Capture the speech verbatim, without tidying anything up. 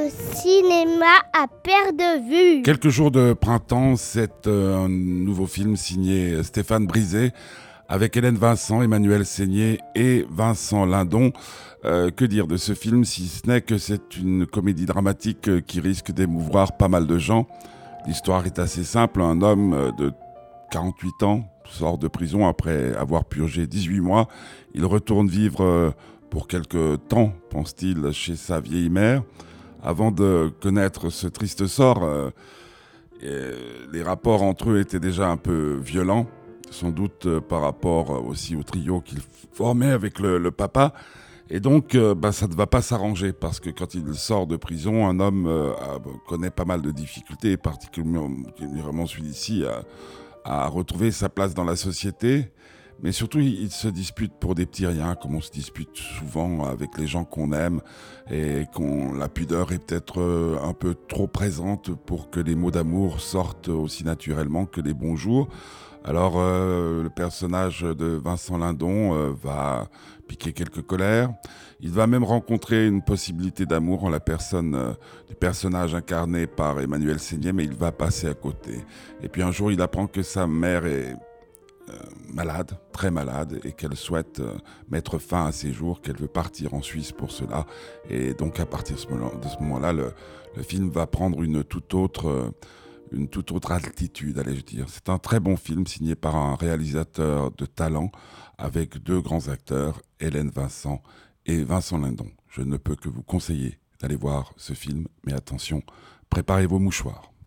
au cinéma à perte de vue. Quelques jours de printemps, c'est euh, un nouveau film signé Stéphane Brisé avec Hélène Vincent, Emmanuel Seigné et Vincent Lindon. Euh, que dire de ce film si ce n'est que c'est une comédie dramatique qui risque d'émouvoir pas mal de gens. L'histoire est assez simple. Un homme de quarante-huit ans sort de prison après avoir purgé dix-huit mois. Il retourne vivre pour quelque temps, pense-t-il, chez sa vieille mère. Avant de connaître ce triste sort, euh, les rapports entre eux étaient déjà un peu violents, sans doute euh, par rapport aussi au trio qu'il formait avec le, le papa. Et donc, euh, bah, ça ne va pas s'arranger parce que quand il sort de prison, un homme euh, a, connaît pas mal de difficultés, particulièrement celui-ci, à, à retrouver sa place dans la société. Mais surtout, il, il se dispute pour des petits riens, comme on se dispute souvent avec les gens qu'on aime, et qu'on, la pudeur est peut-être euh, un peu trop présente pour que les mots d'amour sortent aussi naturellement que les bonjours. Alors, euh, le personnage de Vincent Lindon euh, va piquer quelques colères. Il va même rencontrer une possibilité d'amour en la personne euh, du personnage incarné par Emmanuel Seigné, mais il va passer à côté. Et puis un jour, il apprend que sa mère est euh, malade, très malade, et qu'elle souhaite euh, mettre fin à ses jours, qu'elle veut partir en Suisse pour cela. Et donc, à partir de ce moment- de ce moment-là, le, le film va prendre une toute autre... Euh, une toute autre altitude, allais-je dire. C'est un très bon film signé par un réalisateur de talent avec deux grands acteurs, Hélène Vincent et Vincent Lindon. Je ne peux que vous conseiller d'aller voir ce film, mais attention, préparez vos mouchoirs.